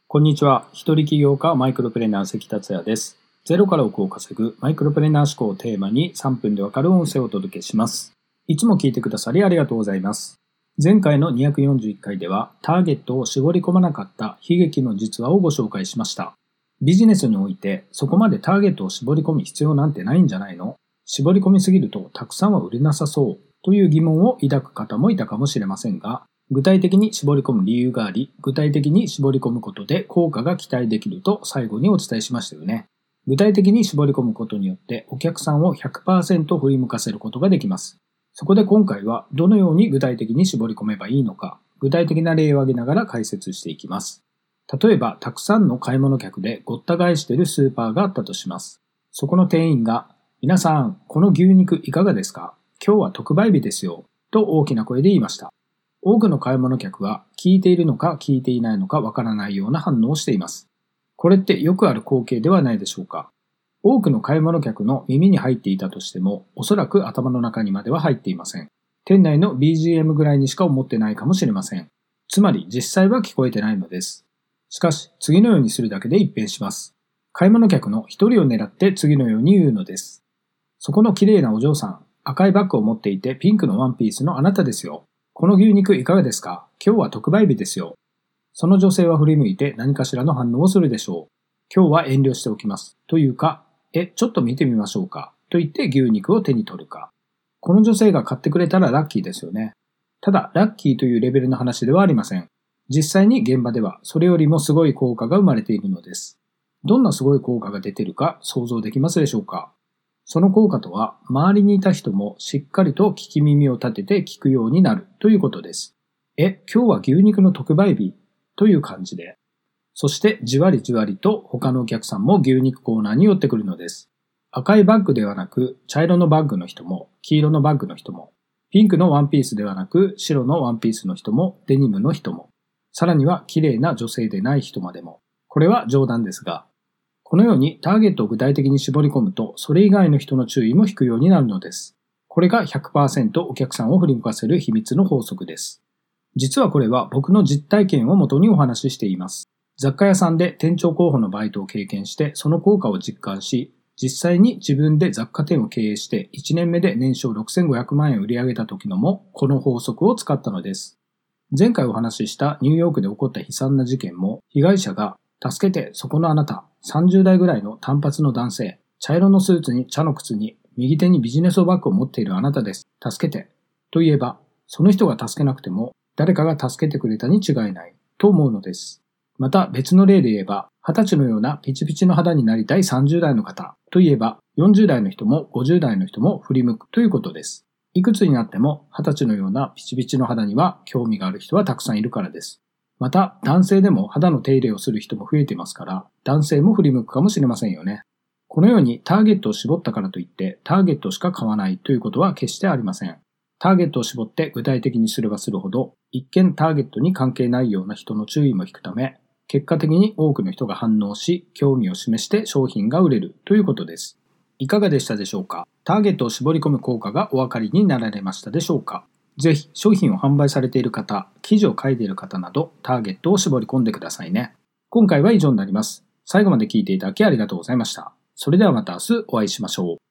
こんにちは。一人起業家マイクロプレーナー関達也です。ゼロから億を稼ぐマイクロプレーナー思考をテーマに3分でわかる音声をお届けします。いつも聞いてくださりありがとうございます。前回の241回ではターゲットを絞り込まなかった悲劇の実話をご紹介しました。ビジネスにおいてそこまでターゲットを絞り込む必要なんてないんじゃないの？絞り込みすぎるとたくさんは売れなさそうという疑問を抱く方もいたかもしれませんが、具体的に絞り込む理由があり、具体的に絞り込むことで効果が期待できると最後にお伝えしましたよね。具体的に絞り込むことによってお客さんを 100% 振り向かせることができます。そこで今回はどのように具体的に絞り込めばいいのか、具体的な例を挙げながら解説していきます。例えば、たくさんの買い物客でごった返しているスーパーがあったとします。そこの店員が、皆さん、この牛肉いかがですか？今日は特売日ですよ。と大きな声で言いました。多くの買い物客は聞いているのか聞いていないのかわからないような反応をしています。これってよくある光景ではないでしょうか。多くの買い物客の耳に入っていたとしても、おそらく頭の中にまでは入っていません。店内の BGM ぐらいにしか思ってないかもしれません。つまり実際は聞こえてないのです。しかし次のようにするだけで一変します。買い物客の一人を狙って次のように言うのです。そこの綺麗なお嬢さん、赤いバッグを持っていてピンクのワンピースのあなたですよ。この牛肉いかがですか？今日は特売日ですよ。その女性は振り向いて何かしらの反応をするでしょう。今日は遠慮しておきます。というか、ちょっと見てみましょうか。と言って牛肉を手に取るか。この女性が買ってくれたらラッキーですよね。ただ、ラッキーというレベルの話ではありません。実際に現場ではそれよりもすごい効果が生まれているのです。どんなすごい効果が出ているか想像できますでしょうか？その効果とは、周りにいた人もしっかりと聞き耳を立てて聞くようになるということです。今日は牛肉の特売日という感じで。そしてじわりじわりと他のお客さんも牛肉コーナーに寄ってくるのです。赤いバッグではなく茶色のバッグの人も黄色のバッグの人も、ピンクのワンピースではなく白のワンピースの人もデニムの人も、さらには綺麗な女性でない人までも。これは冗談ですが、このようにターゲットを具体的に絞り込むと、それ以外の人の注意も引くようになるのです。これが 100% お客さんを振り向かせる秘密の法則です。実はこれは僕の実体験をもとにお話ししています。雑貨屋さんで店長候補のバイトを経験して、その効果を実感し、実際に自分で雑貨店を経営して1年目で年商6500万円売り上げた時のも、この法則を使ったのです。前回お話ししたニューヨークで起こった悲惨な事件も、被害者が助けて、そこのあなた、30代ぐらいの短髪の男性、茶色のスーツに茶の靴に、右手にビジネスバッグを持っているあなたです。助けて。と言えば、その人が助けなくても、誰かが助けてくれたに違いない、と思うのです。また別の例で言えば、20歳のようなピチピチの肌になりたい30代の方、と言えば、40代の人も50代の人も振り向くということです。いくつになっても、20歳のようなピチピチの肌には興味がある人はたくさんいるからです。また、男性でも肌の手入れをする人も増えていますから、男性も振り向くかもしれませんよね。このようにターゲットを絞ったからといって、ターゲットしか買わないということは決してありません。ターゲットを絞って具体的にすればするほど、一見ターゲットに関係ないような人の注意も引くため、結果的に多くの人が反応し、興味を示して商品が売れるということです。いかがでしたでしょうか？ターゲットを絞り込む効果がお分かりになられましたでしょうか？ぜひ商品を販売されている方、記事を書いている方などターゲットを絞り込んでくださいね。今回は以上になります。最後まで聞いていただきありがとうございました。それではまた明日お会いしましょう。